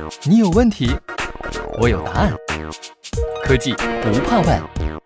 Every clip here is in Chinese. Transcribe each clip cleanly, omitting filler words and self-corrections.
你有问题，我有答案。科技不怕问。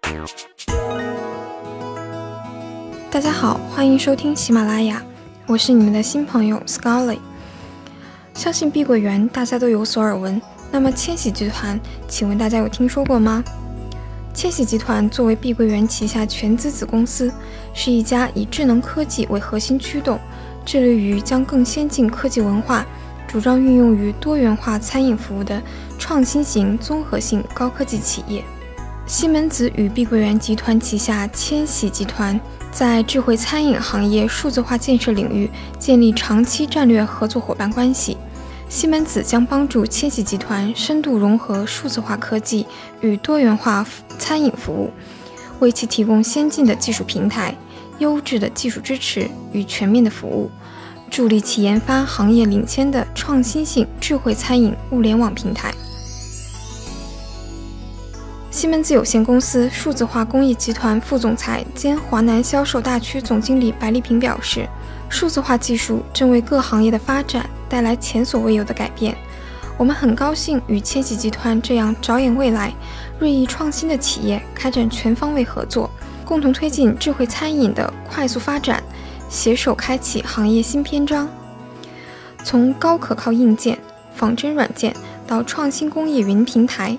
大家好，欢迎收听喜马拉雅，我是你们的新朋友 Scarlett。相信碧桂园大家都有所耳闻，那么千禧集团，请问大家有听说过吗？千禧集团作为碧桂园旗下全资子公司，是一家以智能科技为核心驱动，致力于将更先进科技文化主张运用于多元化餐饮服务的创新型综合性高科技企业。西门子与碧桂园集团旗下千禧集团在智慧餐饮行业数字化建设领域建立长期战略合作伙伴关系。西门子将帮助千禧集团深度融合数字化科技与多元化餐饮服务，为其提供先进的技术平台、优质的技术支持与全面的服务，助力其研发行业领先的创新性智慧餐饮物联网平台。西门子有限公司数字化工业集团副总裁兼华南销售大区总经理白丽萍表示，数字化技术正为各行业的发展带来前所未有的改变。我们很高兴与千禧集团这样着眼未来、锐意创新的企业开展全方位合作，共同推进智慧餐饮的快速发展，携手开启行业新篇章。从高可靠硬件、仿真软件到创新工业云平台，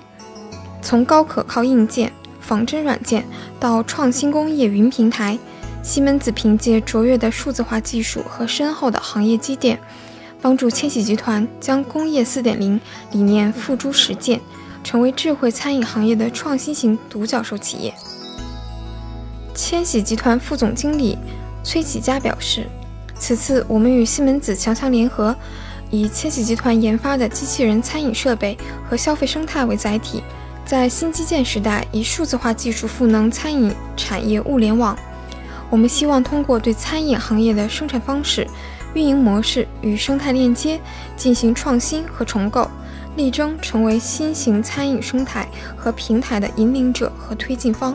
西门子凭借卓越的数字化技术和深厚的行业积淀，帮助千禧集团将工业 4.0 理念付诸实践，成为智慧餐饮行业的创新型独角兽企业。千禧集团副总经理崔启佳表示，此次我们与西门子强强联合，以千禧集团研发的机器人餐饮设备和消费生态为载体，在新基建时代以数字化技术赋能餐饮产业物联网。我们希望通过对餐饮行业的生产方式、运营模式与生态链接进行创新和重构，力争成为新型餐饮生态和平台的引领者和推进方。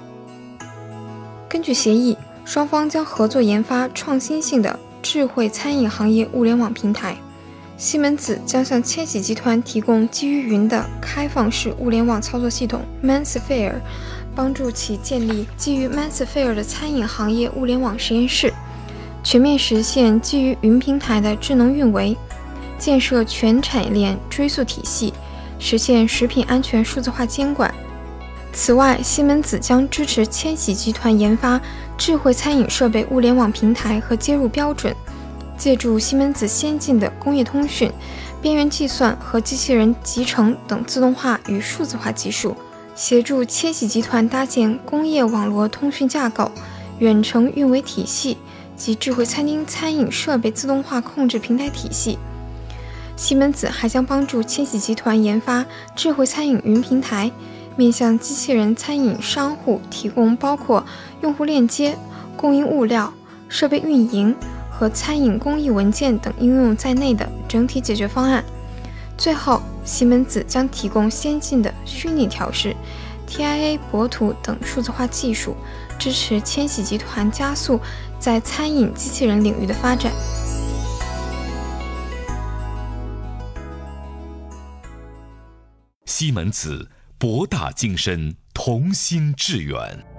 根据协议，双方将合作研发创新性的智慧餐饮行业物联网平台。西门子将向千禧集团提供基于云的开放式物联网操作系统 ManSphere， 帮助其建立基于 ManSphere 的餐饮行业物联网实验室，全面实现基于云平台的智能运维，建设全产业链追溯体系，实现食品安全数字化监管。此外，西门子将支持千禧集团研发智慧餐饮设备物联网平台和接入标准，借助西门子先进的工业通讯、边缘计算和机器人集成等自动化与数字化技术，协助千禧集团搭建工业网络通讯架构、远程运维体系及智慧餐厅餐饮设备自动化控制平台体系。西门子还将帮助千禧集团研发智慧餐饮云平台，面向机器人餐饮商户提供包括用户链接、供应物料、设备运营和餐饮工艺文件等应用在内的整体解决方案。最后，西门子将提供先进的虚拟调试、TIA 博图等数字化技术，支持千禧集团加速在餐饮机器人领域的发展。 西门子博大精深，同心致远。